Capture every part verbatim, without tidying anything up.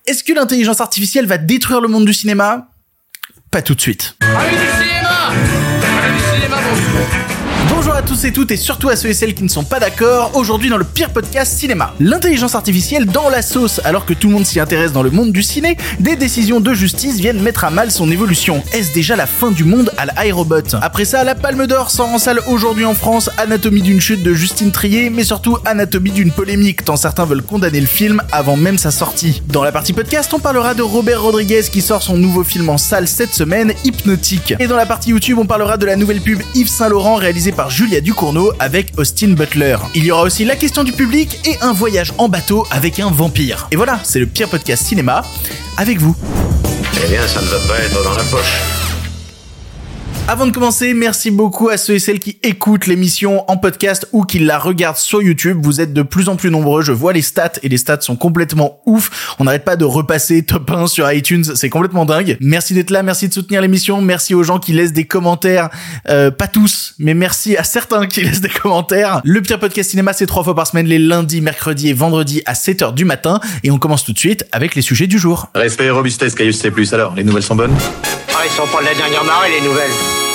Est-ce que l'intelligence artificielle va détruire le monde du cinéma ? Pas tout de suite. Allez du cinéma Allez du cinéma, bonjour. Bonjour à tous et toutes et surtout à ceux et celles qui ne sont pas d'accord, aujourd'hui dans le pire podcast cinéma. L'intelligence artificielle dans la sauce, alors que tout le monde s'y intéresse dans le monde du ciné, des décisions de justice viennent mettre à mal son évolution. Est-ce déjà la fin du monde à la iRobot ? Après ça, la Palme d'Or sort en salle aujourd'hui en France, Anatomie d'une chute de Justine Triet, mais surtout Anatomie d'une polémique, tant certains veulent condamner le film avant même sa sortie. Dans la partie podcast, on parlera de Robert Rodriguez qui sort son nouveau film en salle cette semaine, Hypnotique. Et dans la partie YouTube, on parlera de la nouvelle pub Yves Saint Laurent réalisée par Julia Ducournau avec Austin Butler. Il y aura aussi la question du public et un voyage en bateau avec un vampire. Et voilà, c'est le pire podcast cinéma avec vous. Eh bien, ça ne va pas être dans la poche. Avant de commencer, merci beaucoup à ceux et celles qui écoutent l'émission en podcast ou qui la regardent sur YouTube. Vous êtes de plus en plus nombreux, je vois les stats et les stats sont complètement ouf. On n'arrête pas de repasser top un sur iTunes, c'est complètement dingue. Merci d'être là, merci de soutenir l'émission, merci aux gens qui laissent des commentaires, euh, pas tous, mais merci à certains qui laissent des commentaires. Le pire podcast cinéma, c'est trois fois par semaine, les lundis, mercredis et vendredis à sept heures du matin. Et on commence tout de suite avec les sujets du jour. Respect et robustesse, Caius C plus. Alors, les nouvelles sont bonnes ? Ah, ils sont pas de la dernière marée, les nouvelles.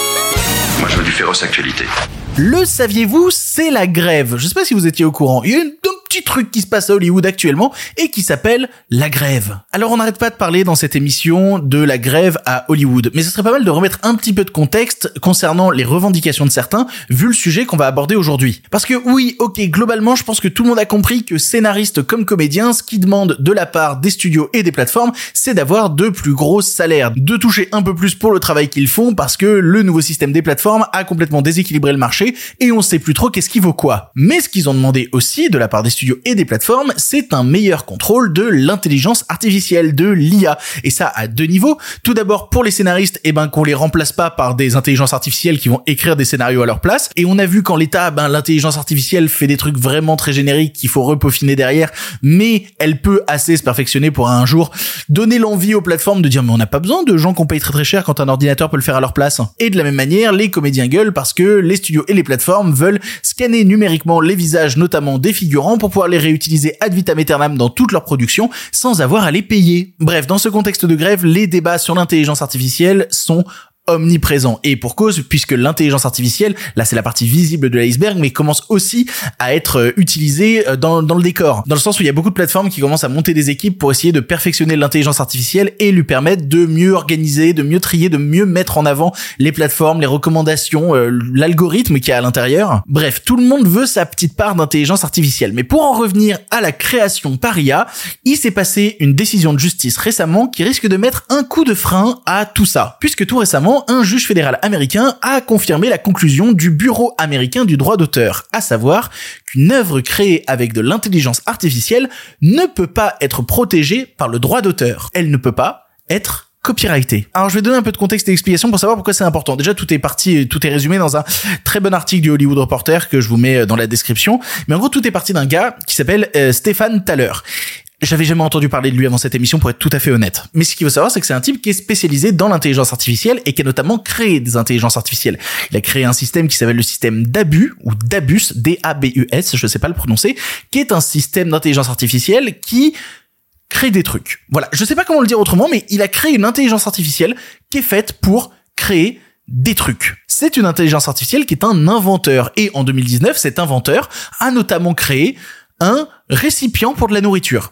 Moi, je veux du féroce actualité. Le saviez-vous, c'est la grève. Je sais pas si vous étiez au courant. Il y a une, un petit truc qui se passe à Hollywood actuellement et qui s'appelle la grève. Alors on n'arrête pas de parler dans cette émission de la grève à Hollywood, mais ce serait pas mal de remettre un petit peu de contexte concernant les revendications de certains, vu le sujet qu'on va aborder aujourd'hui. Parce que oui, ok, globalement, je pense que tout le monde a compris que scénaristes comme comédiens, ce qu'ils demandent de la part des studios et des plateformes, c'est d'avoir de plus gros salaires, de toucher un peu plus pour le travail qu'ils font, parce que le nouveau système des plateformes a complètement déséquilibré le marché et on sait plus trop qu'est-ce qui vaut quoi. Mais ce qu'ils ont demandé aussi de la part des studios et des plateformes, c'est un meilleur contrôle de l'intelligence artificielle, de l'I A. Et ça à deux niveaux. Tout d'abord, pour les scénaristes, eh ben qu'on les remplace pas par des intelligences artificielles qui vont écrire des scénarios à leur place. Et on a vu qu'en l'état, ben l'intelligence artificielle fait des trucs vraiment très génériques qu'il faut repeaufiner derrière, mais elle peut assez se perfectionner pour un jour donner l'envie aux plateformes de dire mais on n'a pas besoin de gens qu'on paye très très cher quand un ordinateur peut le faire à leur place. Et de la même manière, les comédiens gueulent parce que les studios et les plateformes veulent scanner numériquement les visages, notamment des figurants, pour pouvoir les réutiliser ad vitam aeternam dans toute leur production sans avoir à les payer. Bref, dans ce contexte de grève, les débats sur l'intelligence artificielle sont omniprésent. Et pour cause, puisque l'intelligence artificielle, là c'est la partie visible de l'iceberg, mais commence aussi à être utilisée dans, dans le décor. Dans le sens où il y a beaucoup de plateformes qui commencent à monter des équipes pour essayer de perfectionner l'intelligence artificielle et lui permettre de mieux organiser, de mieux trier, de mieux mettre en avant les plateformes, les recommandations, euh, l'algorithme qu'il y a à l'intérieur. Bref, tout le monde veut sa petite part d'intelligence artificielle. Mais pour en revenir à la création par I A, il s'est passé une décision de justice récemment qui risque de mettre un coup de frein à tout ça. Puisque tout récemment, un juge fédéral américain a confirmé la conclusion du Bureau américain du droit d'auteur, à savoir qu'une œuvre créée avec de l'intelligence artificielle ne peut pas être protégée par le droit d'auteur. Elle ne peut pas être copyrighté. Alors je vais donner un peu de contexte et d'explication pour savoir pourquoi c'est important. Déjà tout est parti, tout est résumé dans un très bon article du Hollywood Reporter que je vous mets dans la description. Mais en gros tout est parti d'un gars qui s'appelle euh, Stephen Thaler. J'avais jamais entendu parler de lui avant cette émission pour être tout à fait honnête. Mais ce qu'il faut savoir, c'est que c'est un type qui est spécialisé dans l'intelligence artificielle et qui a notamment créé des intelligences artificielles. Il a créé un système qui s'appelle le système d'Abus, ou d'Abus, D A B U S, je sais pas le prononcer, qui est un système d'intelligence artificielle qui crée des trucs. Voilà. Je sais pas comment le dire autrement, mais il a créé une intelligence artificielle qui est faite pour créer des trucs. C'est une intelligence artificielle qui est un inventeur. Et en deux mille dix-neuf, cet inventeur a notamment créé un récipient pour de la nourriture.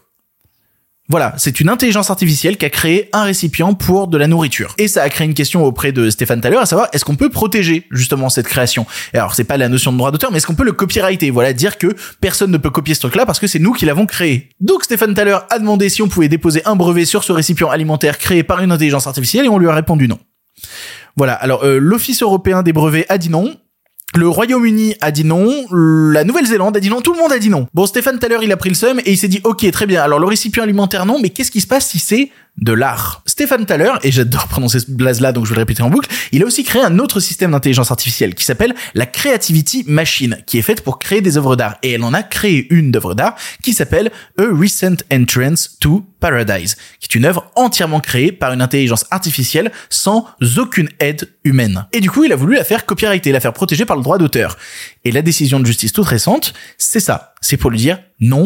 Voilà, c'est une intelligence artificielle qui a créé un récipient pour de la nourriture. Et ça a créé une question auprès de Stephen Thaler, à savoir, est-ce qu'on peut protéger justement cette création ? Et alors, c'est pas la notion de droit d'auteur, mais est-ce qu'on peut le copyrighter ? Voilà, dire que personne ne peut copier ce truc-là parce que c'est nous qui l'avons créé. Donc Stephen Thaler a demandé si on pouvait déposer un brevet sur ce récipient alimentaire créé par une intelligence artificielle et on lui a répondu non. Voilà, alors euh, l'Office européen des brevets a dit non. Le Royaume-Uni a dit non, la Nouvelle-Zélande a dit non, tout le monde a dit non. Bon, Stephen Thaler, il a pris le seum et il s'est dit, ok, très bien, alors le récipient alimentaire non, mais qu'est-ce qui se passe si c'est de l'art. Stephen Thaler, et j'adore prononcer ce blaze-là, donc je vais le répéter en boucle, il a aussi créé un autre système d'intelligence artificielle qui s'appelle la Creativity Machine, qui est faite pour créer des œuvres d'art. Et elle en a créé une d'œuvre d'art qui s'appelle A Recent Entrance to Paradise, qui est une œuvre entièrement créée par une intelligence artificielle sans aucune aide humaine. Et du coup, il a voulu la faire copyrighter, la faire protéger par le droit d'auteur. Et la décision de justice toute récente, c'est ça. C'est pour lui dire non,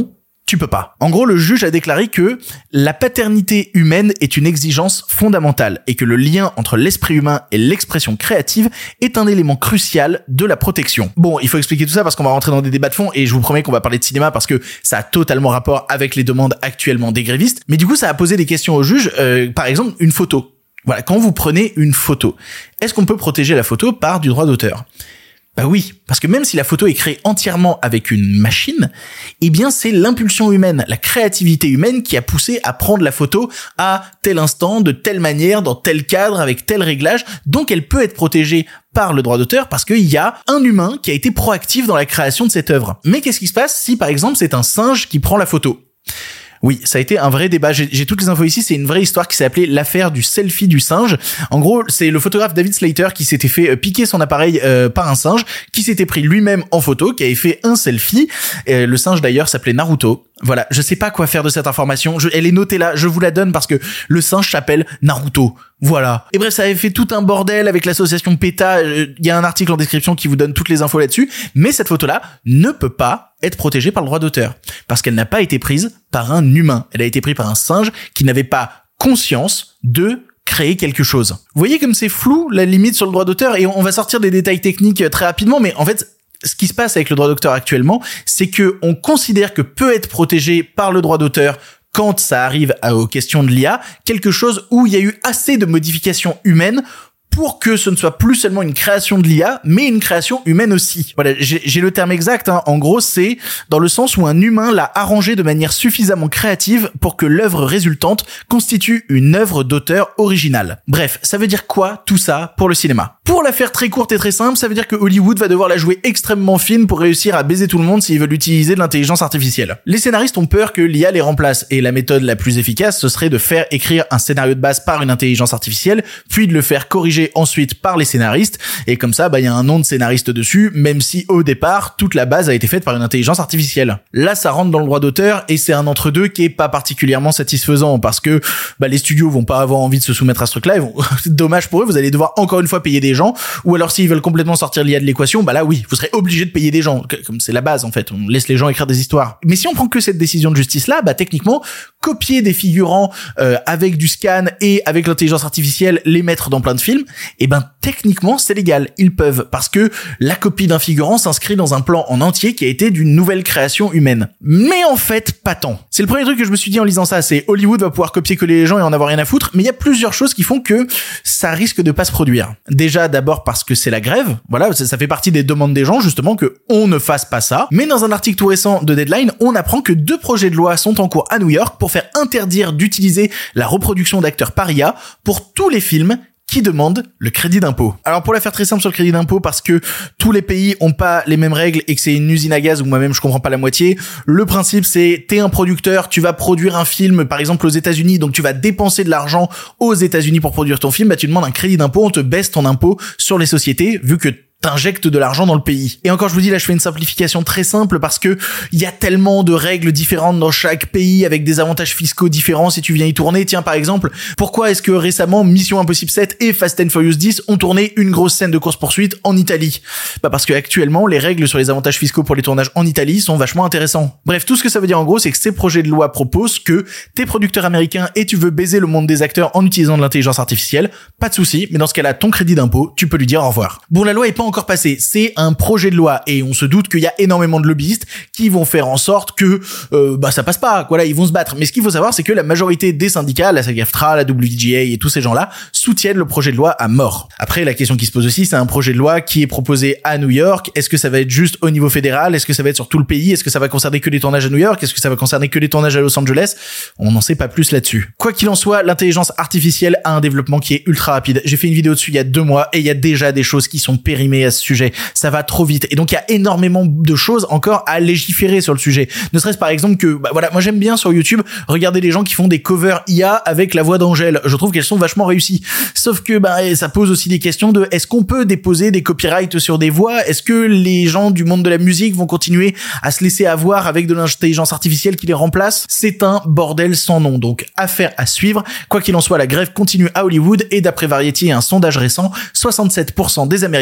tu peux pas. En gros, le juge a déclaré que la paternité humaine est une exigence fondamentale et que le lien entre l'esprit humain et l'expression créative est un élément crucial de la protection. Bon, il faut expliquer tout ça parce qu'on va rentrer dans des débats de fond et je vous promets qu'on va parler de cinéma parce que ça a totalement rapport avec les demandes actuellement des grévistes. Mais du coup, ça a posé des questions au juge. Euh, par exemple, une photo. Voilà, quand vous prenez une photo, est-ce qu'on peut protéger la photo par du droit d'auteur ? Bah oui, parce que même si la photo est créée entièrement avec une machine, eh bien c'est l'impulsion humaine, la créativité humaine qui a poussé à prendre la photo à tel instant, de telle manière, dans tel cadre, avec tel réglage, donc elle peut être protégée par le droit d'auteur parce qu'il y a un humain qui a été proactif dans la création de cette œuvre. Mais qu'est-ce qui se passe si par exemple c'est un singe qui prend la photo ? Oui, ça a été un vrai débat. J'ai, j'ai toutes les infos ici. C'est une vraie histoire qui s'est appelée l'affaire du selfie du singe. En gros, c'est le photographe David Slater qui s'était fait piquer son appareil euh, par un singe, qui s'était pris lui-même en photo, qui avait fait un selfie. Et le singe d'ailleurs s'appelait Naruto. Voilà, je sais pas quoi faire de cette information. Je, elle est notée là, je vous la donne parce que le singe s'appelle Naruto. Voilà. Et bref, ça avait fait tout un bordel avec l'association PETA. Il y a un article en description qui vous donne toutes les infos là-dessus. Mais cette photo-là ne peut pas être protégée par le droit d'auteur. Parce qu'elle n'a pas été prise par un humain. Elle a été prise par un singe qui n'avait pas conscience de créer quelque chose. Vous voyez comme c'est flou, la limite sur le droit d'auteur, et on va sortir des détails techniques très rapidement, mais en fait, ce qui se passe avec le droit d'auteur actuellement, c'est que on considère que peut être protégé par le droit d'auteur quand ça arrive aux questions de l'I A, quelque chose où il y a eu assez de modifications humaines pour que ce ne soit plus seulement une création de l'I A, mais une création humaine aussi. Voilà, j'ai, j'ai le terme exact, hein. En gros, c'est dans le sens où un humain l'a arrangé de manière suffisamment créative pour que l'œuvre résultante constitue une œuvre d'auteur originale. Bref, ça veut dire quoi tout ça pour le cinéma ? Pour la faire très courte et très simple, ça veut dire que Hollywood va devoir la jouer extrêmement fine pour réussir à baiser tout le monde s'ils veulent utiliser de l'intelligence artificielle. Les scénaristes ont peur que l'I A les remplace, et la méthode la plus efficace, ce serait de faire écrire un scénario de base par une intelligence artificielle, puis de le faire corriger ensuite par les scénaristes, et comme ça, bah, il y a un nom de scénariste dessus, même si au départ, toute la base a été faite par une intelligence artificielle. Là, ça rentre dans le droit d'auteur, et c'est un entre-deux qui est pas particulièrement satisfaisant, parce que, bah, les studios vont pas avoir envie de se soumettre à ce truc-là, ils vont... dommage pour eux, vous allez devoir encore une fois payer des gens, ou alors s'ils veulent complètement sortir l'I A de l'équation, bah là oui, vous serez obligé de payer des gens, comme c'est la base en fait, on laisse les gens écrire des histoires. Mais si on prend que cette décision de justice là, bah techniquement, copier des figurants euh, avec du scan et avec l'intelligence artificielle, les mettre dans plein de films, et ben techniquement c'est légal, ils peuvent, parce que la copie d'un figurant s'inscrit dans un plan en entier qui a été d'une nouvelle création humaine. Mais en fait, pas tant. C'est le premier truc que je me suis dit en lisant ça, c'est Hollywood va pouvoir copier-coller les gens et en avoir rien à foutre, mais il y a plusieurs choses qui font que ça risque de pas se produire. Déjà, d'abord parce que c'est la grève, voilà, ça, ça fait partie des demandes des gens, justement, que on ne fasse pas ça. Mais dans un article tout récent de Deadline, on apprend que deux projets de loi sont en cours à New York pour faire interdire d'utiliser la reproduction d'acteurs par I A pour tous les films qui demande le crédit d'impôt. Alors pour la faire très simple sur le crédit d'impôt, parce que tous les pays ont pas les mêmes règles et que c'est une usine à gaz où moi-même je comprends pas la moitié, le principe c'est t'es un producteur, tu vas produire un film par exemple aux États-Unis, donc tu vas dépenser de l'argent aux États-Unis pour produire ton film, bah tu demandes un crédit d'impôt, on te baisse ton impôt sur les sociétés vu que t'injectes de l'argent dans le pays. Et encore, je vous dis, là, je fais une simplification très simple parce que il y a tellement de règles différentes dans chaque pays avec des avantages fiscaux différents si tu viens y tourner. Tiens, par exemple, pourquoi est-ce que récemment Mission Impossible sept et Fast and Furious dix ont tourné une grosse scène de course-poursuite en Italie? Bah, parce que actuellement, les règles sur les avantages fiscaux pour les tournages en Italie sont vachement intéressants. Bref, tout ce que ça veut dire en gros, c'est que ces projets de loi proposent que t'es producteur américain et tu veux baiser le monde des acteurs en utilisant de l'intelligence artificielle, pas de souci, mais dans ce cas-là, ton crédit d'impôt, tu peux lui dire au revoir. Bon, la loi est pas encore passé, c'est un projet de loi et on se doute qu'il y a énormément de lobbyistes qui vont faire en sorte que euh, bah ça passe pas, voilà, ils vont se battre. Mais ce qu'il faut savoir, c'est que la majorité des syndicats, la SAG-AFTRA, la W G A et tous ces gens-là soutiennent le projet de loi à mort. Après, la question qui se pose aussi, c'est un projet de loi qui est proposé à New York. Est-ce que ça va être juste au niveau fédéral? Est-ce que ça va être sur tout le pays? Est-ce que ça va concerner que les tournages à New York? Est-ce que ça va concerner que les tournages à Los Angeles? On n'en sait pas plus là-dessus. Quoi qu'il en soit, l'intelligence artificielle a un développement qui est ultra rapide. J'ai fait une vidéo dessus il y a deux mois et il y a déjà des choses qui sont périmées à ce sujet. Ça va trop vite. Et donc, il y a énormément de choses encore à légiférer sur le sujet. Ne serait-ce par exemple que, bah voilà, moi j'aime bien sur YouTube regarder les gens qui font des covers I A avec la voix d'Angèle. Je trouve qu'elles sont vachement réussies. Sauf que, bah, ça pose aussi des questions de est-ce qu'on peut déposer des copyrights sur des voix? Est-ce que les gens du monde de la musique vont continuer à se laisser avoir avec de l'intelligence artificielle qui les remplace? C'est un bordel sans nom. Donc, affaire à suivre. Quoi qu'il en soit, la grève continue à Hollywood et d'après Variety et un sondage récent, soixante-sept pour cent des Américains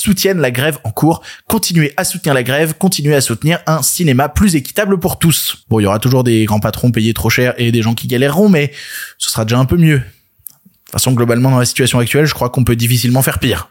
soutiennent la grève en cours. Continuez à soutenir la grève, continuez à soutenir un cinéma plus équitable pour tous. Bon, il y aura toujours des grands patrons payés trop cher et des gens qui galéreront, mais ce sera déjà un peu mieux. De toute façon, globalement, dans la situation actuelle, je crois qu'on peut difficilement faire pire.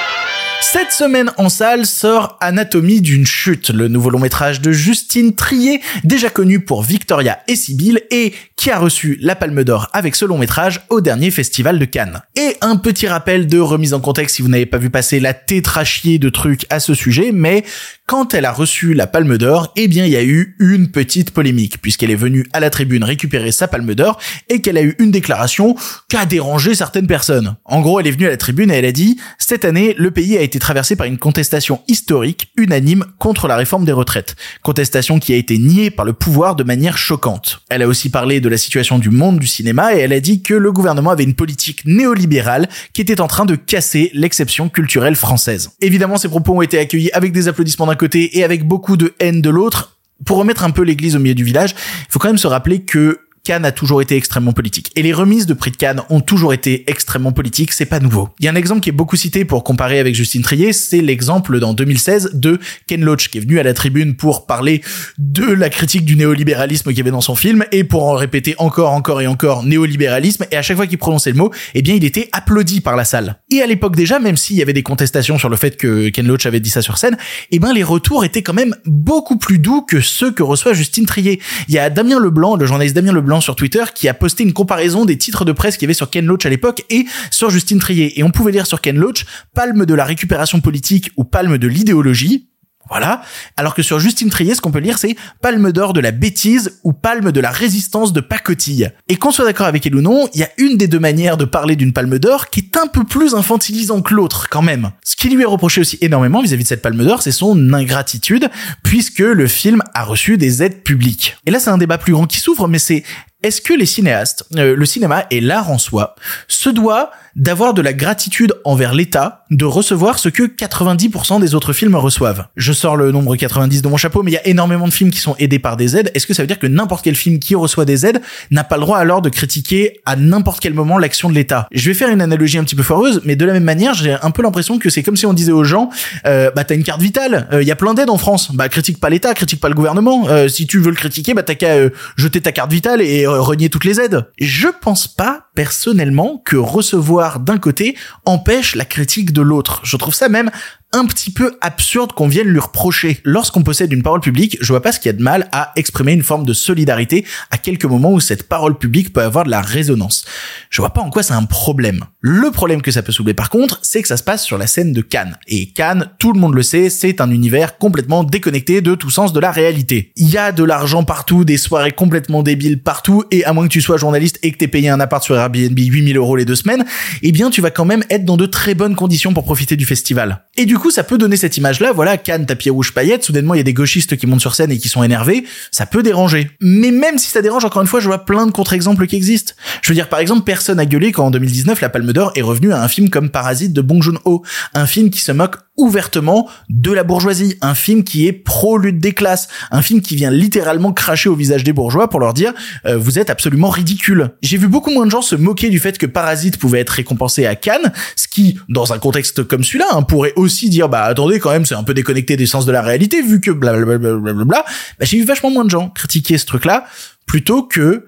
Cette semaine en salle sort Anatomie d'une chute, le nouveau long métrage de Justine Triet, déjà connue pour Victoria et Sibylle, et qui a reçu la Palme d'Or avec ce long métrage au dernier festival de Cannes. Et un petit rappel de remise en contexte si vous n'avez pas vu passer la tétrachier de trucs à ce sujet, mais quand elle a reçu la Palme d'Or, eh bien il y a eu une petite polémique, puisqu'elle est venue à la tribune récupérer sa Palme d'Or, et qu'elle a eu une déclaration qui a dérangé certaines personnes. En gros, elle est venue à la tribune et elle a dit « Cette année, le pays a été traversé par une contestation historique unanime contre la réforme des retraites. Contestation qui a été niée par le pouvoir de manière choquante. » Elle a aussi parlé de la situation du monde du cinéma et elle a dit que le gouvernement avait une politique néolibérale qui était en train de casser l'exception culturelle française. Évidemment, ces propos ont été accueillis avec des applaudissements d'un côté et avec beaucoup de haine de l'autre. Pour remettre un peu l'église au milieu du village, il faut quand même se rappeler que Cannes a toujours été extrêmement politique. Et les remises de prix de Cannes ont toujours été extrêmement politiques, c'est pas nouveau. Il y a un exemple qui est beaucoup cité pour comparer avec Justine Triet, c'est l'exemple dans deux mille seize de Ken Loach, qui est venu à la tribune pour parler de la critique du néolibéralisme qu'il y avait dans son film, et pour en répéter encore, encore et encore néolibéralisme, et à chaque fois qu'il prononçait le mot, eh bien il était applaudi par la salle. Et à l'époque déjà, même s'il y avait des contestations sur le fait que Ken Loach avait dit ça sur scène, eh ben les retours étaient quand même beaucoup plus doux que ceux que reçoit Justine Triet. Il y a Damien Leblanc, le journaliste Damien Leblanc sur Twitter, qui a posté une comparaison des titres de presse qu'il y avait sur Ken Loach à l'époque et sur Justine Triet. Et on pouvait lire sur Ken Loach palme de la récupération politique ou palme de l'idéologie. Voilà. Alors que sur Justine Triet, ce qu'on peut lire, c'est palme d'or de la bêtise ou palme de la résistance de pacotille. Et qu'on soit d'accord avec elle ou non, il y a une des deux manières de parler d'une palme d'or qui est un peu plus infantilisant que l'autre, quand même. Ce qui lui est reproché aussi énormément vis-à-vis de cette palme d'or, c'est son ingratitude, puisque le film a reçu des aides publiques. Et là, c'est un débat plus grand qui s'ouvre, mais c'est est-ce que les cinéastes, euh, le cinéma et l'art en soi, se doit d'avoir de la gratitude envers l'État, de recevoir ce que quatre-vingt-dix pour cent des autres films reçoivent? Je sors le nombre quatre-vingt-dix de mon chapeau, mais il y a énormément de films qui sont aidés par des aides. Est-ce que ça veut dire que n'importe quel film qui reçoit des aides n'a pas le droit alors de critiquer à n'importe quel moment l'action de l'État? Je vais faire une analogie un petit peu foireuse, mais de la même manière, j'ai un peu l'impression que c'est comme si on disait aux gens, euh, bah t'as une carte vitale, il euh, y a plein d'aides en France, bah critique pas l'État, critique pas le gouvernement, euh, si tu veux le critiquer, bah t'as qu'à euh, jeter ta carte vitale et euh, renier toutes les aides. Je pense pas, personnellement, que recevoir d'un côté empêche la critique de l'autre. Je trouve ça même un petit peu absurde qu'on vienne lui reprocher. Lorsqu'on possède une parole publique, je vois pas ce qu'il y a de mal à exprimer une forme de solidarité à quelques moments où cette parole publique peut avoir de la résonance. Je vois pas en quoi c'est un problème. Le problème que ça peut soulever par contre, c'est que ça se passe sur la scène de Cannes. Et Cannes, tout le monde le sait, c'est un univers complètement déconnecté de tout sens de la réalité. Il y a de l'argent partout, des soirées complètement débiles partout, et à moins que tu sois journaliste et que t'aies payé un appart sur Airbnb huit mille euros les deux semaines, eh bien tu vas quand même être dans de très bonnes conditions pour profiter du festival. Et du Du coup, ça peut donner cette image-là, voilà, Cannes, tapis rouge, paillettes, soudainement il y a des gauchistes qui montent sur scène et qui sont énervés, ça peut déranger. Mais même si ça dérange, encore une fois, je vois plein de contre-exemples qui existent. Je veux dire, par exemple, personne n'a gueulé quand en deux mille dix-neuf, la Palme d'Or est revenue à un film comme Parasite de Bong Joon-ho, un film qui se moque ouvertement de la bourgeoisie, un film qui est pro-lutte des classes, un film qui vient littéralement cracher au visage des bourgeois pour leur dire euh, vous êtes absolument ridicules. J'ai vu beaucoup moins de gens se moquer du fait que Parasite pouvait être récompensé à Cannes, ce qui, dans un contexte comme celui-là, hein, pourrait aussi dire bah attendez quand même c'est un peu déconnecté des sens de la réalité vu que blablabla. Bah, j'ai vu vachement moins de gens critiquer ce truc-là plutôt que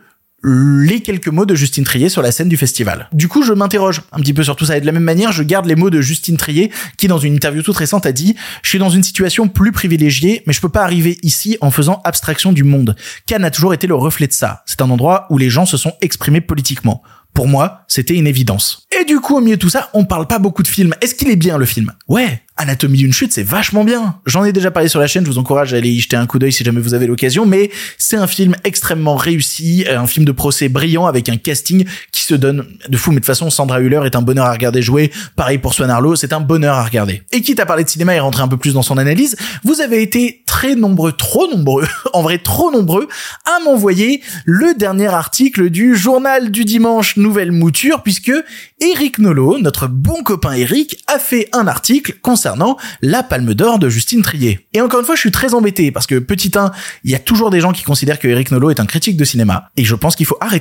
les quelques mots de Justine Triet sur la scène du festival. Du coup, je m'interroge un petit peu sur tout ça et de la même manière, je garde les mots de Justine Triet qui, dans une interview toute récente, a dit « Je suis dans une situation plus privilégiée, mais je peux pas arriver ici en faisant abstraction du monde. Cannes a toujours été le reflet de ça. C'est un endroit où les gens se sont exprimés politiquement. Pour moi, c'était une évidence. » Et du coup, au milieu de tout ça, on parle pas beaucoup de film. Est-ce qu'il est bien, le film? Ouais, Anatomie d'une chute, c'est vachement bien. J'en ai déjà parlé sur la chaîne, je vous encourage à aller y jeter un coup d'œil si jamais vous avez l'occasion, mais c'est un film extrêmement réussi, un film de procès brillant avec un casting qui se donne de fou. Mais de toute façon, Sandra Hüller est un bonheur à regarder jouer. Pareil pour Swan Arlo, c'est un bonheur à regarder. Et quitte à parler de cinéma et rentrer un peu plus dans son analyse, vous avez été très nombreux, trop nombreux, en vrai trop nombreux, à m'envoyer le dernier article du Journal du Dimanche Nouvelle Mouture, puisque Eric Nolot, notre bon copain Eric, a fait un article concernant la Palme d'Or de Justine Triet. Et encore une fois, je suis très embêté, parce que, petit un, il y a toujours des gens qui considèrent que Eric Nolot est un critique de cinéma, et je pense qu'il faut arrêter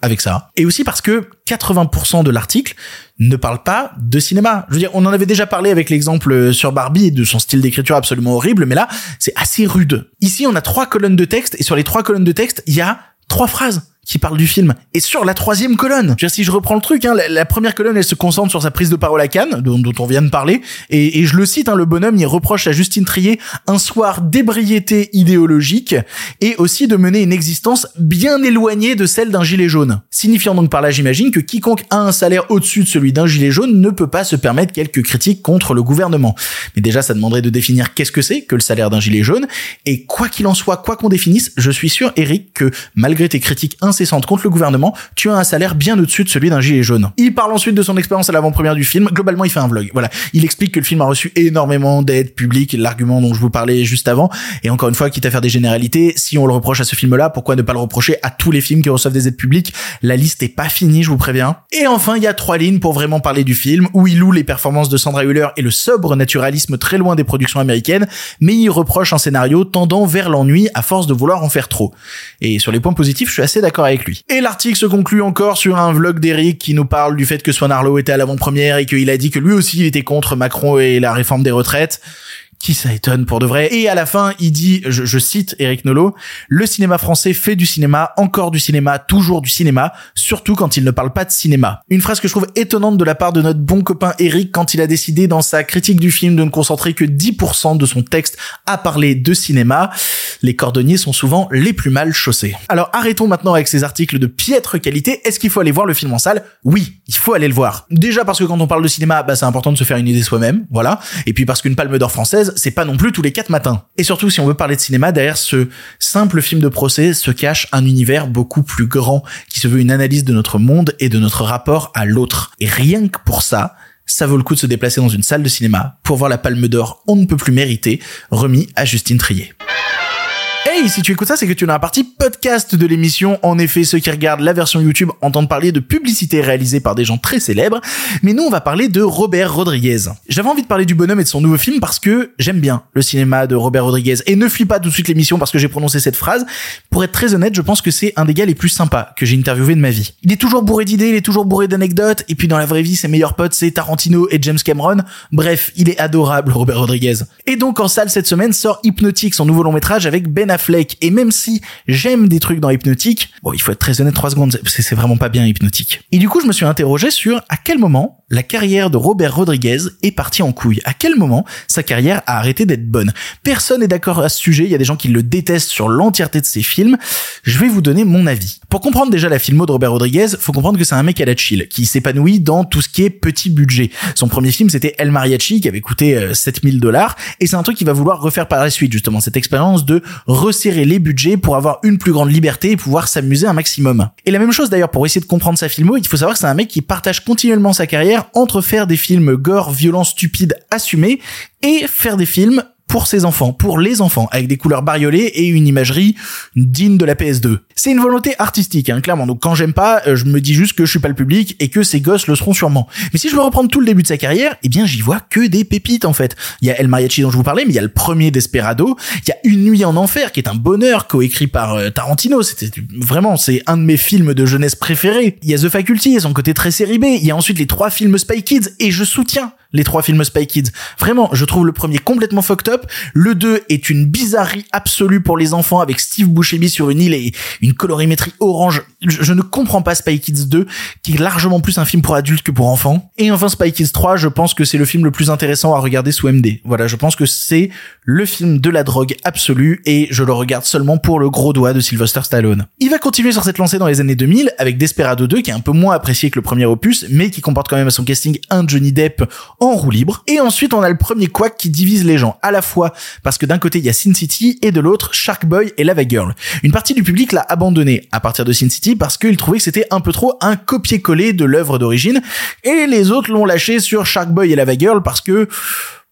avec ça. Et aussi parce que quatre-vingts pour cent de l'article ne parle pas de cinéma. Je veux dire, on en avait déjà parlé avec l'exemple sur Barbie et de son style d'écriture absolument horrible, mais là, c'est assez rude. Ici, on a trois colonnes de texte, et sur les trois colonnes de texte, il y a trois phrases qui parle du film. Et sur la troisième colonne, je veux dire, si je reprends le truc, hein, la, la première colonne, elle se concentre sur sa prise de parole à Cannes, dont, dont on vient de parler, et, et je le cite, hein, le bonhomme, il reproche à Justine Triet un soir d'ébriété idéologique, et aussi de mener une existence bien éloignée de celle d'un gilet jaune. Signifiant donc par là, j'imagine, que quiconque a un salaire au-dessus de celui d'un gilet jaune ne peut pas se permettre quelques critiques contre le gouvernement. Mais déjà, ça demanderait de définir qu'est-ce que c'est que le salaire d'un gilet jaune, et quoi qu'il en soit, quoi qu'on définisse, je suis sûr, Eric, que malgré tes critiques incessante contre le gouvernement, tu as un salaire bien au-dessus de celui d'un gilet jaune. Il parle ensuite de son expérience à l'avant-première du film. Globalement, il fait un vlog. Voilà. Il explique que le film a reçu énormément d'aide publique, l'argument dont je vous parlais juste avant. Et encore une fois, quitte à faire des généralités, si on le reproche à ce film-là, pourquoi ne pas le reprocher à tous les films qui reçoivent des aides publiques? La liste est pas finie, je vous préviens. Et enfin, il y a trois lignes pour vraiment parler du film, où il loue les performances de Sandra Hüller et le sobre naturalisme très loin des productions américaines, mais il reproche un scénario tendant vers l'ennui à force de vouloir en faire trop. Et sur les points positifs, je suis assez d'accord avec lui. Et l'article se conclut encore sur un vlog d'Eric qui nous parle du fait que Swan Arlo était à l'avant-première et qu'il a dit que lui aussi il était contre Macron et la réforme des retraites. Qui ça étonne pour de vrai. Et à la fin, il dit, je, je cite Eric Nolot, le cinéma français fait du cinéma, encore du cinéma, toujours du cinéma, surtout quand il ne parle pas de cinéma. Une phrase que je trouve étonnante de la part de notre bon copain Eric quand il a décidé dans sa critique du film de ne concentrer que dix pour cent de son texte à parler de cinéma. Les cordonniers sont souvent les plus mal chaussés. Alors arrêtons maintenant avec ces articles de piètre qualité. Est-ce qu'il faut aller voir le film en salle? Oui, il faut aller le voir. Déjà parce que quand on parle de cinéma, bah c'est important de se faire une idée soi-même, voilà. Et puis parce qu'une Palme d'Or française, c'est pas non plus tous les quatre matins. Et surtout, si on veut parler de cinéma, derrière ce simple film de procès se cache un univers beaucoup plus grand qui se veut une analyse de notre monde et de notre rapport à l'autre. Et rien que pour ça, ça vaut le coup de se déplacer dans une salle de cinéma pour voir la Palme d'Or on ne peut plus mériter, remis à Justine Triet. Hey, si tu écoutes ça, c'est que tu es dans la partie podcast de l'émission. En effet, ceux qui regardent la version YouTube entendent parler de publicités réalisées par des gens très célèbres. Mais nous, on va parler de Robert Rodriguez. J'avais envie de parler du bonhomme et de son nouveau film parce que j'aime bien le cinéma de Robert Rodriguez. Et ne fuis pas tout de suite l'émission parce que j'ai prononcé cette phrase. Pour être très honnête, je pense que c'est un des gars les plus sympas que j'ai interviewé de ma vie. Il est toujours bourré d'idées, il est toujours bourré d'anecdotes. Et puis dans la vraie vie, ses meilleurs potes, c'est Tarantino et James Cameron. Bref, il est adorable, Robert Rodriguez. Et donc, en salle cette semaine, sort Hypnotique, son nouveau long métrage avec Ben Affleck. Et même si j'aime des trucs dans Hypnotique, bon, il faut être très honnête, trois secondes, c'est, c'est vraiment pas bien Hypnotique. Et du coup, je me suis interrogé sur à quel moment la carrière de Robert Rodriguez est partie en couille. À quel moment sa carrière a arrêté d'être bonne. Personne n'est d'accord à ce sujet, il y a des gens qui le détestent sur l'entièreté de ses films. Je vais vous donner mon avis. Pour comprendre déjà la filmo de Robert Rodriguez, faut comprendre que c'est un mec à la chill, qui s'épanouit dans tout ce qui est petit budget. Son premier film, c'était El Mariachi, qui avait coûté euh, sept mille dollars, et c'est un truc qu'il va vouloir refaire par la suite, justement, cette expérience de resserrer les budgets pour avoir une plus grande liberté et pouvoir s'amuser un maximum. Et la même chose d'ailleurs pour essayer de comprendre sa filmo, il faut savoir que c'est un mec qui partage continuellement sa carrière entre faire des films gore, violents, stupides, assumés, et faire des films pour ses enfants, pour les enfants, avec des couleurs bariolées et une imagerie digne de la P S deux. C'est une volonté artistique, hein, clairement. Donc quand j'aime pas, je me dis juste que je suis pas le public et que ces gosses le seront sûrement. Mais si je veux reprendre tout le début de sa carrière, eh bien j'y vois que des pépites en fait. Il y a El Mariachi dont je vous parlais, mais il y a le premier Desperado, il y a Une nuit en enfer qui est un bonheur, coécrit par euh, Tarantino. C'était vraiment, c'est un de mes films de jeunesse préférés. Il y a The Faculty et son côté très série B. Il y a ensuite les trois films Spy Kids et je soutiens les trois films Spy Kids. Vraiment, je trouve le premier complètement fucked up. Le deux est une bizarrerie absolue pour les enfants avec Steve Buscemi sur une île et une colorimétrie orange. Je, je ne comprends pas Spy Kids deux, qui est largement plus un film pour adultes que pour enfants. Et enfin Spy Kids trois, je pense que c'est le film le plus intéressant à regarder sous M D. Voilà, je pense que c'est le film de la drogue absolue et je le regarde seulement pour le gros doigt de Sylvester Stallone. Il va continuer sur cette lancée dans les années deux mille avec Desperado deux qui est un peu moins apprécié que le premier opus, mais qui comporte quand même à son casting un Johnny Depp en roue libre. Et ensuite, on a le premier Quack qui divise les gens, à la fois parce que d'un côté, il y a Sin City et de l'autre, Shark Boy et Lava Girl. Une partie du public l'a abandonné à partir de Sin City parce qu'il trouvait que c'était un peu trop un copier-coller de l'œuvre d'origine et les autres l'ont lâché sur Shark Boy et Lava Girl parce que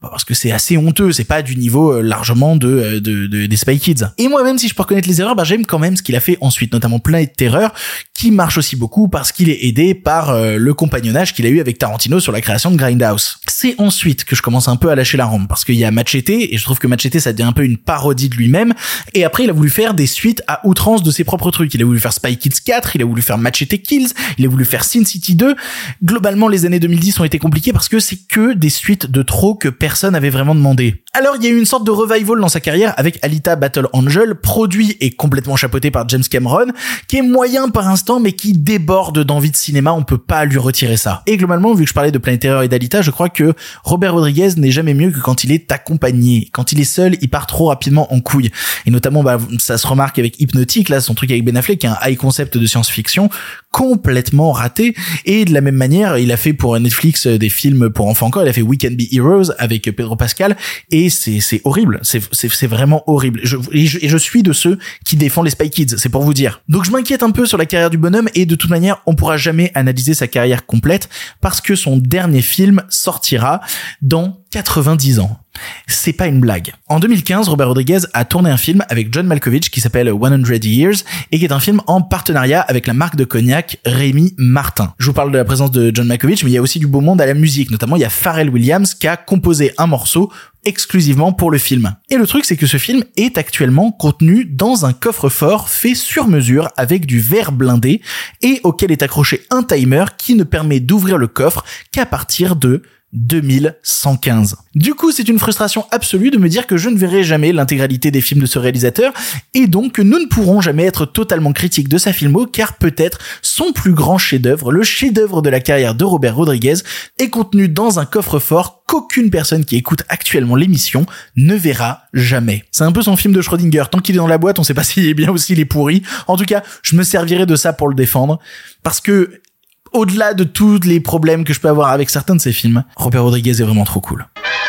parce que c'est assez honteux, c'est pas du niveau euh, largement de, de, de des Spy Kids. Et moi, même si je peux reconnaître les erreurs, bah j'aime quand même ce qu'il a fait ensuite, notamment Planète Terreur, qui marche aussi beaucoup parce qu'il est aidé par euh, le compagnonnage qu'il a eu avec Tarantino sur la création de Grindhouse. C'est ensuite que je commence un peu à lâcher la rampe, parce qu'il y a Machete, et je trouve que Machete, ça devient un peu une parodie de lui-même, et après il a voulu faire des suites à outrance de ses propres trucs. Il a voulu faire Spy Kids quatre, il a voulu faire Machete Kills, il a voulu faire Sin City deux. Globalement, les années deux mille dix ont été compliquées parce que c'est que des suites de trop que personne avait vraiment demandé. Alors il y a eu une sorte de revival dans sa carrière avec Alita Battle Angel, produit et complètement chapeauté par James Cameron, qui est moyen par instant mais qui déborde d'envie de cinéma, on peut pas lui retirer ça. Et globalement, vu que je parlais de Planète Terreur et d'Alita, je crois que Robert Rodriguez n'est jamais mieux que quand il est accompagné. Quand il est seul, il part trop rapidement en couille. Et notamment, bah, ça se remarque avec Hypnotique, là, son truc avec Ben Affleck, qui est un high concept de science-fiction complètement raté. Et de la même manière, il a fait pour Netflix des films pour enfants encore, il a fait We Can Be Heroes avec Pedro Pascal, et c'est, c'est horrible. C'est, c'est, c'est vraiment horrible. Je, et, je, et je suis de ceux qui défendent les Spy Kids, c'est pour vous dire. Donc je m'inquiète un peu sur la carrière du bonhomme, et de toute manière, on pourra jamais analyser sa carrière complète, parce que son dernier film sortira dans quatre-vingt-dix ans. C'est pas une blague. En deux mille quinze, Robert Rodriguez a tourné un film avec John Malkovich qui s'appelle one hundred years et qui est un film en partenariat avec la marque de cognac Rémy Martin. Je vous parle de la présence de John Malkovich, mais il y a aussi du beau monde à la musique. Notamment, il y a Pharrell Williams qui a composé un morceau exclusivement pour le film. Et le truc, c'est que ce film est actuellement contenu dans un coffre-fort fait sur mesure avec du verre blindé et auquel est accroché un timer qui ne permet d'ouvrir le coffre qu'à partir de deux mille cent quinze. Du coup, c'est une frustration absolue de me dire que je ne verrai jamais l'intégralité des films de ce réalisateur, et donc que nous ne pourrons jamais être totalement critiques de sa filmo, car peut-être son plus grand chef-d'œuvre, le chef-d'œuvre de la carrière de Robert Rodriguez, est contenu dans un coffre-fort qu'aucune personne qui écoute actuellement l'émission ne verra jamais. C'est un peu son film de Schrödinger. Tant qu'il est dans la boîte, on sait pas s'il est bien ou s'il est pourri. En tout cas, je me servirai de ça pour le défendre, parce que au-delà de tous les problèmes que je peux avoir avec certains de ces films, Robert Rodriguez est vraiment trop cool.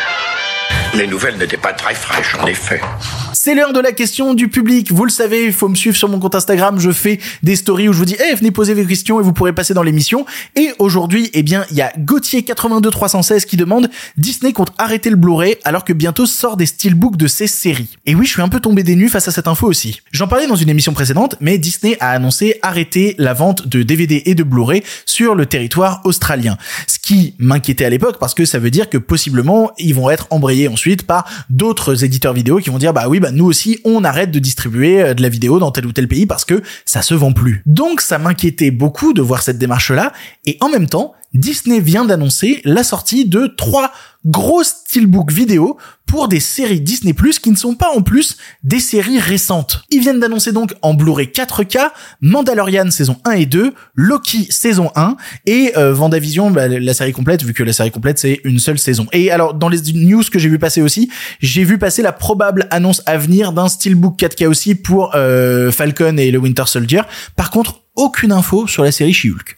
Les nouvelles n'étaient pas très fraîches, en effet. C'est l'heure de la question du public. Vous le savez, il faut me suivre sur mon compte Instagram. Je fais des stories où je vous dis, eh, hey, venez poser vos questions et vous pourrez passer dans l'émission. Et aujourd'hui, eh bien, il y a Gauthier quatre-vingt-deux trois cent seize qui demande, Disney compte arrêter le Blu-ray alors que bientôt sort des steelbooks de ses séries. Et oui, je suis un peu tombé des nues face à cette info aussi. J'en parlais dans une émission précédente, mais Disney a annoncé arrêter la vente de D V D et de Blu-ray sur le territoire australien. Ce qui m'inquiétait à l'époque parce que ça veut dire que possiblement, ils vont être embrayés ensuite par d'autres éditeurs vidéo qui vont dire, bah oui, bah nous aussi, on arrête de distribuer de la vidéo dans tel ou tel pays parce que ça se vend plus. Donc ça m'inquiétait beaucoup de voir cette démarche-là, et en même temps, Disney vient d'annoncer la sortie de trois gros steelbooks vidéo pour des séries Disney plus, qui ne sont pas en plus des séries récentes. Ils viennent d'annoncer donc en Blu-ray quatre K Mandalorian saison un et deux, Loki saison un et euh, WandaVision, bah, la série complète, vu que la série complète c'est une seule saison. Et alors dans les news que j'ai vu passer aussi, j'ai vu passer la probable annonce à venir d'un steelbook quatre K aussi pour euh, Falcon et le Winter Soldier. Par contre, aucune info sur la série She-Hulk.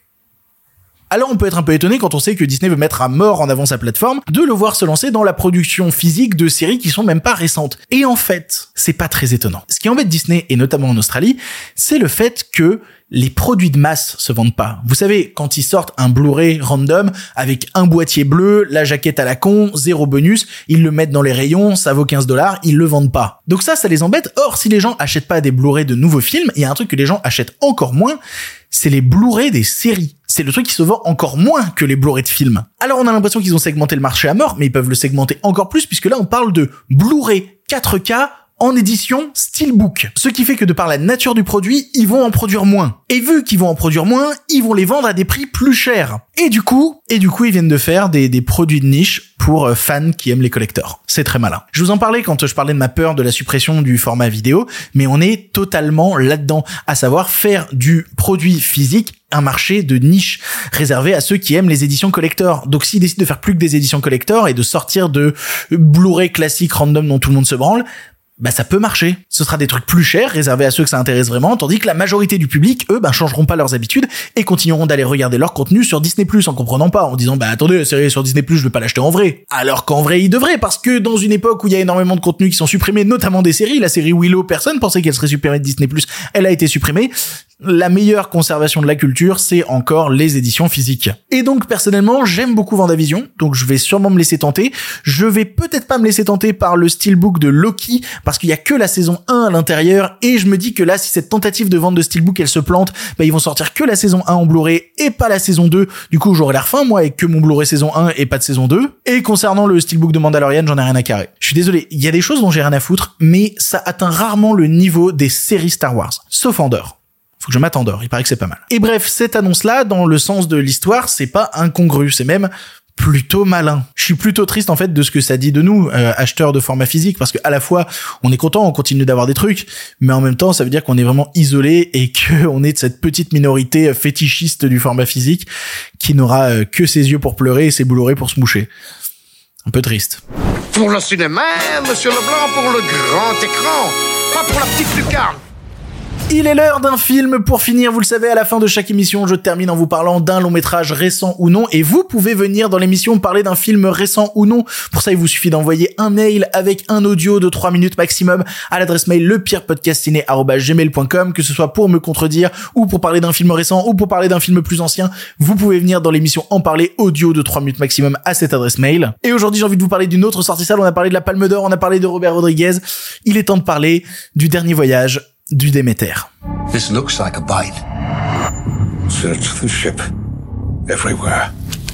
Alors on peut être un peu étonné quand on sait que Disney veut mettre à mort en avant sa plateforme, de le voir se lancer dans la production physique de séries qui sont même pas récentes. Et en fait, c'est pas très étonnant. Ce qui embête Disney, et notamment en Australie, c'est le fait que les produits de masse se vendent pas. Vous savez, quand ils sortent un Blu-ray random avec un boîtier bleu, la jaquette à la con, zéro bonus, ils le mettent dans les rayons, ça vaut quinze dollars, ils le vendent pas. Donc ça, ça les embête. Or, si les gens achètent pas des Blu-ray de nouveaux films, il y a un truc que les gens achètent encore moins, c'est les Blu-ray des séries. C'est le truc qui se vend encore moins que les Blu-ray de films. Alors on a l'impression qu'ils ont segmenté le marché à mort, mais ils peuvent le segmenter encore plus puisque là on parle de Blu-ray quatre K en édition steelbook. Ce qui fait que de par la nature du produit, ils vont en produire moins. Et vu qu'ils vont en produire moins, ils vont les vendre à des prix plus chers. Et du coup, et du coup, ils viennent de faire des, des produits de niche pour fans qui aiment les collectors. C'est très malin. Je vous en parlais quand je parlais de ma peur de la suppression du format vidéo, mais on est totalement là-dedans, à savoir faire du produit physique un marché de niche réservé à ceux qui aiment les éditions collector. Donc s'ils décident de faire plus que des éditions collector et de sortir de Blu-ray classique random dont tout le monde se branle, bah ça peut marcher. Ce sera des trucs plus chers, réservés à ceux que ça intéresse vraiment, tandis que la majorité du public, eux, bah changeront pas leurs habitudes et continueront d'aller regarder leur contenu sur Disney plus, en comprenant pas, en disant bah attendez, la série est sur Disney plus, je vais pas l'acheter en vrai. Alors qu'en vrai, ils devraient, parce que dans une époque où il y a énormément de contenus qui sont supprimés, notamment des séries, la série Willow, personne pensait qu'elle serait supprimée de Disney plus, elle a été supprimée. La meilleure conservation de la culture, c'est encore les éditions physiques. Et donc, personnellement, j'aime beaucoup WandaVision, donc je vais sûrement me laisser tenter. Je vais peut-être pas me laisser tenter par le steelbook de Loki, parce qu'il y a que la saison un à l'intérieur, et je me dis que là, si cette tentative de vente de steelbook, elle se plante, bah ils vont sortir que la saison un en Blu-ray, et pas la saison deux. Du coup, j'aurai l'air fin, moi, avec que mon Blu-ray saison un et pas de saison deux. Et concernant le steelbook de Mandalorian, j'en ai rien à carrer. Je suis désolé, il y a des choses dont j'ai rien à foutre, mais ça atteint rarement le niveau des séries Star Wars. Sauf Andor. Faut que je m'attendore, il paraît que c'est pas mal. Et bref, cette annonce-là, dans le sens de l'histoire, c'est pas incongru, c'est même plutôt malin. Je suis plutôt triste en fait de ce que ça dit de nous, euh, acheteurs de format physique, parce que à la fois on est content, on continue d'avoir des trucs, mais en même temps ça veut dire qu'on est vraiment isolé et que on est de cette petite minorité fétichiste du format physique qui n'aura euh, que ses yeux pour pleurer et ses Blu-ray pour se moucher. Un peu triste. Pour le cinéma, monsieur Leblanc, pour le grand écran, pas pour la petite lucarne. Il est l'heure d'un film. Pour finir, vous le savez, à la fin de chaque émission, je termine en vous parlant d'un long métrage récent ou non, et vous pouvez venir dans l'émission parler d'un film récent ou non. Pour ça, il vous suffit d'envoyer un mail avec un audio de trois minutes maximum à l'adresse mail lepirepodcastiné arobase gmail point com, que ce soit pour me contredire ou pour parler d'un film récent ou pour parler d'un film plus ancien. Vous pouvez venir dans l'émission en parler, audio de trois minutes maximum à cette adresse mail. Et aujourd'hui, j'ai envie de vous parler d'une autre sortie salle. On a parlé de la Palme d'Or, on a parlé de Robert Rodriguez. Il est temps de parler du dernier voyage du Déméter. This looks like a bite. Search the ship. Everywhere.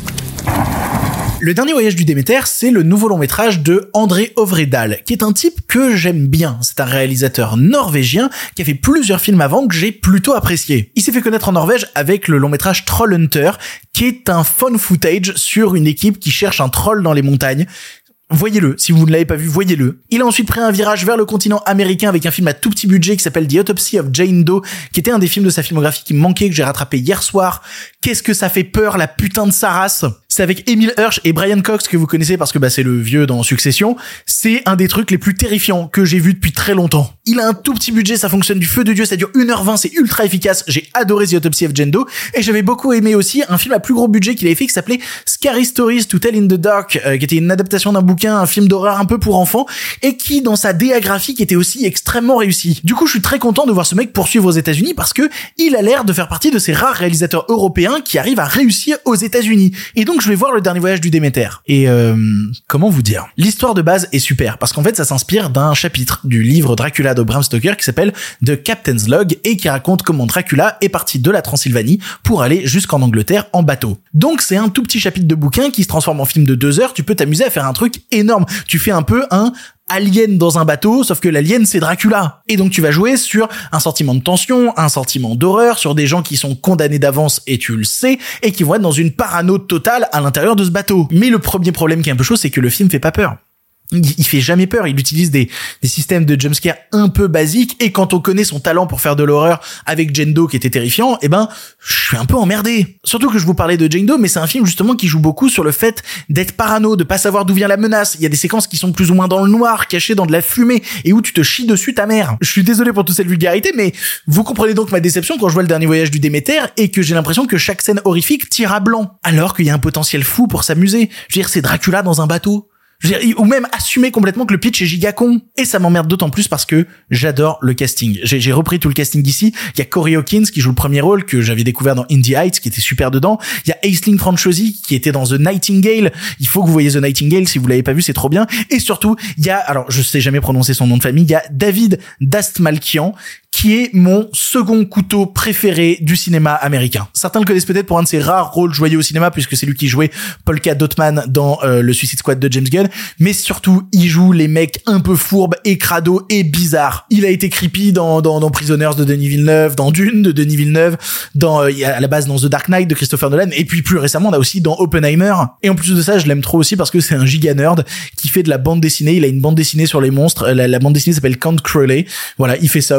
Le dernier voyage du Déméter, c'est le nouveau long métrage de André Øvredal, qui est un type que j'aime bien. C'est un réalisateur norvégien qui a fait plusieurs films avant que j'ai plutôt apprécié. Il s'est fait connaître en Norvège avec le long métrage Trollhunter, qui est un fun footage sur une équipe qui cherche un troll dans les montagnes. Voyez-le, si vous ne l'avez pas vu, voyez-le. Il a ensuite pris un virage vers le continent américain avec un film à tout petit budget qui s'appelle The Autopsy of Jane Doe, qui était un des films de sa filmographie qui me manquait, que j'ai rattrapé hier soir. Qu'est-ce que ça fait peur, la putain de sa race. C'est avec Emile Hirsch et Brian Cox, que vous connaissez parce que bah c'est le vieux dans Succession. C'est un des trucs les plus terrifiants que j'ai vu depuis très longtemps. Il a un tout petit budget, ça fonctionne du feu de Dieu, ça dure une heure vingt, c'est ultra efficace. J'ai adoré The Autopsy of Jane Doe, et j'avais beaucoup aimé aussi un film à plus gros budget qu'il avait fait qui s'appelait Scary Stories to Tell in the Dark, euh, qui était une adaptation d'un bouquin, un film d'horreur un peu pour enfants, et qui, dans sa D A graphique, était aussi extrêmement réussi. Du coup, je suis très content de voir ce mec poursuivre aux États-Unis parce que il a l'air de faire partie de ces rares réalisateurs européens qui arrivent à réussir aux États-Unis. Et donc, je vais voir le dernier voyage du Déméter. Et euh, comment vous dire ? L'histoire de base est super parce qu'en fait, ça s'inspire d'un chapitre du livre Dracula de Bram Stoker qui s'appelle The Captain's Log et qui raconte comment Dracula est parti de la Transylvanie pour aller jusqu'en Angleterre en bateau. Donc, c'est un tout petit chapitre de bouquin qui se transforme en film de deux heures. Tu peux t'amuser à faire un truc énorme. Tu fais un peu un alien dans un bateau, sauf que l'alien c'est Dracula. Et donc tu vas jouer sur un sentiment de tension, un sentiment d'horreur, sur des gens qui sont condamnés d'avance et tu le sais, et qui vont être dans une parano totale à l'intérieur de ce bateau. Mais le premier problème qui est un peu chaud, c'est que le film fait pas peur. Il fait jamais peur, il utilise des, des systèmes de jumpscare un peu basiques, et quand on connaît son talent pour faire de l'horreur avec Jane Doe qui était terrifiant, eh ben, je suis un peu emmerdé. Surtout que je vous parlais de Jane Doe, mais c'est un film justement qui joue beaucoup sur le fait d'être parano, de pas savoir d'où vient la menace. Il y a des séquences qui sont plus ou moins dans le noir, cachées dans de la fumée, et où tu te chies dessus ta mère. Je suis désolé pour toute cette vulgarité, mais vous comprenez donc ma déception quand je vois le dernier voyage du Déméter, et que j'ai l'impression que chaque scène horrifique tire à blanc, alors qu'il y a un potentiel fou pour s'amuser. Je veux dire, c'est Dracula dans un bateau. Ou même assumer complètement que le pitch est giga con. Et ça m'emmerde d'autant plus parce que j'adore le casting. J'ai, j'ai repris tout le casting ici. Il y a Corey Hawkins qui joue le premier rôle que j'avais découvert dans Indie Heights, qui était super dedans. Il y a Aisling Franciosi qui était dans The Nightingale. Il faut que vous voyez The Nightingale si vous l'avez pas vu, c'est trop bien. Et surtout, il y a, alors je sais jamais prononcer son nom de famille, il y a David Dastmalchian, qui est mon second couteau préféré du cinéma américain. Certains le connaissent peut-être pour un de ses rares rôles joyeux au cinéma, puisque c'est lui qui jouait Polka Dotman dans euh, le Suicide Squad de James Gunn, mais surtout, il joue les mecs un peu fourbes et crado et bizarres. Il a été creepy dans, dans, dans Prisoners de Denis Villeneuve, dans Dune de Denis Villeneuve, dans, euh, à la base dans The Dark Knight de Christopher Nolan, et puis plus récemment, on a aussi dans Oppenheimer. Et en plus de ça, je l'aime trop aussi parce que c'est un giga nerd qui fait de la bande dessinée. Il a une bande dessinée sur les monstres. La, la bande dessinée s'appelle Count Crowley. Voilà, il fait ça aussi. Je l'aime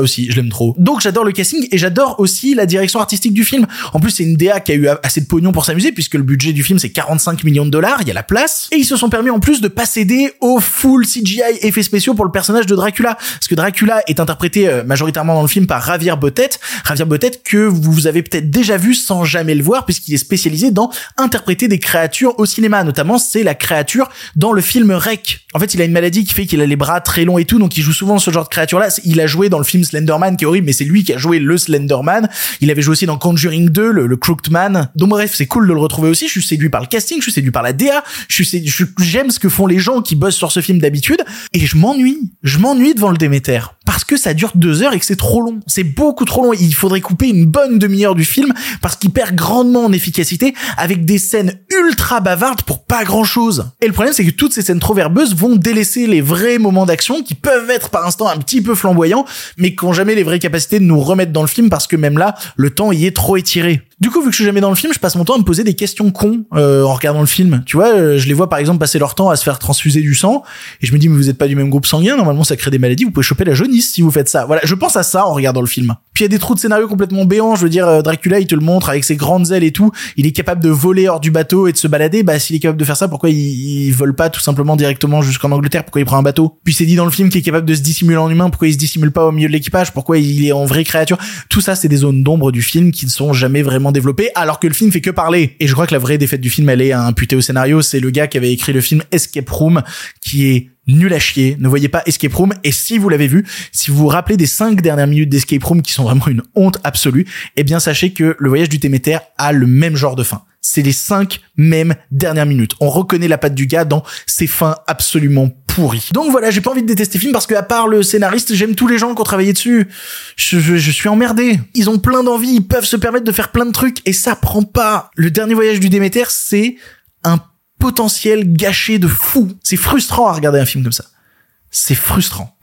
j'aime trop. Donc j'adore le casting et j'adore aussi la direction artistique du film. En plus, c'est une D A qui a eu assez de pognon pour s'amuser puisque le budget du film c'est quarante-cinq millions de dollars, il y a la place. Et ils se sont permis en plus de pas céder au full C G I effets spéciaux pour le personnage de Dracula. Parce que Dracula est interprété euh, majoritairement dans le film par Javier Botet. Javier Botet que vous avez peut-être déjà vu sans jamais le voir puisqu'il est spécialisé dans interpréter des créatures au cinéma. Notamment, c'est la créature dans le film Rec. En fait, il a une maladie qui fait qu'il a les bras très longs et tout, donc il joue souvent ce genre de créature-là. Il a joué dans le film Slenderman, qui est horrible, mais c'est lui qui a joué le Slenderman. Il avait joué aussi dans Conjuring deux, le, le Crooked Man. Donc bref, c'est cool de le retrouver aussi. Je suis séduit par le casting, je suis séduit par la D A. Je suis séduit, je, j'aime ce que font les gens qui bossent sur ce film d'habitude. Et je m'ennuie. Je m'ennuie devant le Déméter. Parce que ça dure deux heures et que c'est trop long. C'est beaucoup trop long. Il faudrait couper une bonne demi-heure du film parce qu'il perd grandement en efficacité avec des scènes ultra bavardes pour pas grand chose. Et le problème, c'est que toutes ces scènes trop verbeuses vont délaisser les vrais moments d'action qui peuvent être par instant un petit peu flamboyants, mais qui ont jamais les vraies capacités de nous remettre dans le film parce que même là, le temps y est trop étiré. Du coup, vu que je suis jamais dans le film, je passe mon temps à me poser des questions cons euh, en regardant le film. Tu vois, euh, je les vois par exemple passer leur temps à se faire transfuser du sang et je me dis mais vous êtes pas du même groupe sanguin, normalement ça crée des maladies, vous pouvez choper la jaunisse si vous faites ça. Voilà, je pense à ça en regardant le film. Puis il y a des trous de scénario complètement béants, je veux dire euh, Dracula, il te le montre avec ses grandes ailes et tout, il est capable de voler hors du bateau et de se balader. Bah s'il est capable de faire ça, pourquoi il, il vole pas tout simplement directement jusqu'en Angleterre? Pourquoi il prend un bateau? Puis c'est dit dans le film qu'il est capable de se dissimuler en humain, pourquoi il se dissimule pas au milieu de l'équipage? Pourquoi il est en vraie créature? Tout ça, c'est des zones d'ombre du film qui ne sont jamais vraiment développées alors que le film fait que parler. Et je crois que la vraie défaite du film, elle est à imputer au scénario. C'est le gars qui avait écrit le film Escape Room, qui est nul à chier. Ne voyez pas Escape Room. Et si vous l'avez vu, si vous vous rappelez des cinq dernières minutes d'Escape Room qui sont vraiment une honte absolue, eh bien sachez que le voyage du Déméter a le même genre de fin. C'est les cinq mêmes dernières minutes. On reconnaît la patte du gars dans ses fins absolument pourries. Donc voilà, j'ai pas envie de détester le film parce que à part le scénariste, j'aime tous les gens qui ont travaillé dessus. Je, je, je suis emmerdé. Ils ont plein d'envie, ils peuvent se permettre de faire plein de trucs et ça prend pas. Le dernier voyage du Déméter, c'est un potentiel gâché de fou. C'est frustrant à regarder un film comme ça. C'est frustrant.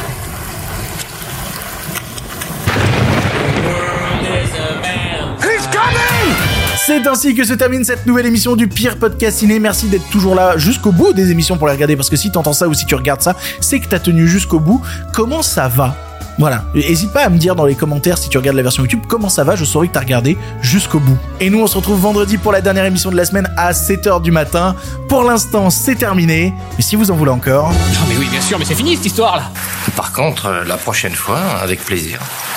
C'est ainsi que se termine cette nouvelle émission du Pire Podcast Ciné. Merci d'être toujours là jusqu'au bout des émissions pour les regarder, parce que si t'entends ça ou si tu regardes ça, c'est que t'as tenu jusqu'au bout. Comment ça va ? Voilà. N'hésite pas à me dire dans les commentaires si tu regardes la version YouTube comment ça va, je saurai que t'as regardé jusqu'au bout. Et nous on se retrouve vendredi pour la dernière émission de la semaine à sept heures du matin. Pour l'instant c'est terminé, mais si vous en voulez encore... Non mais oui bien sûr, mais c'est fini cette histoire là. Par contre, la prochaine fois, avec plaisir.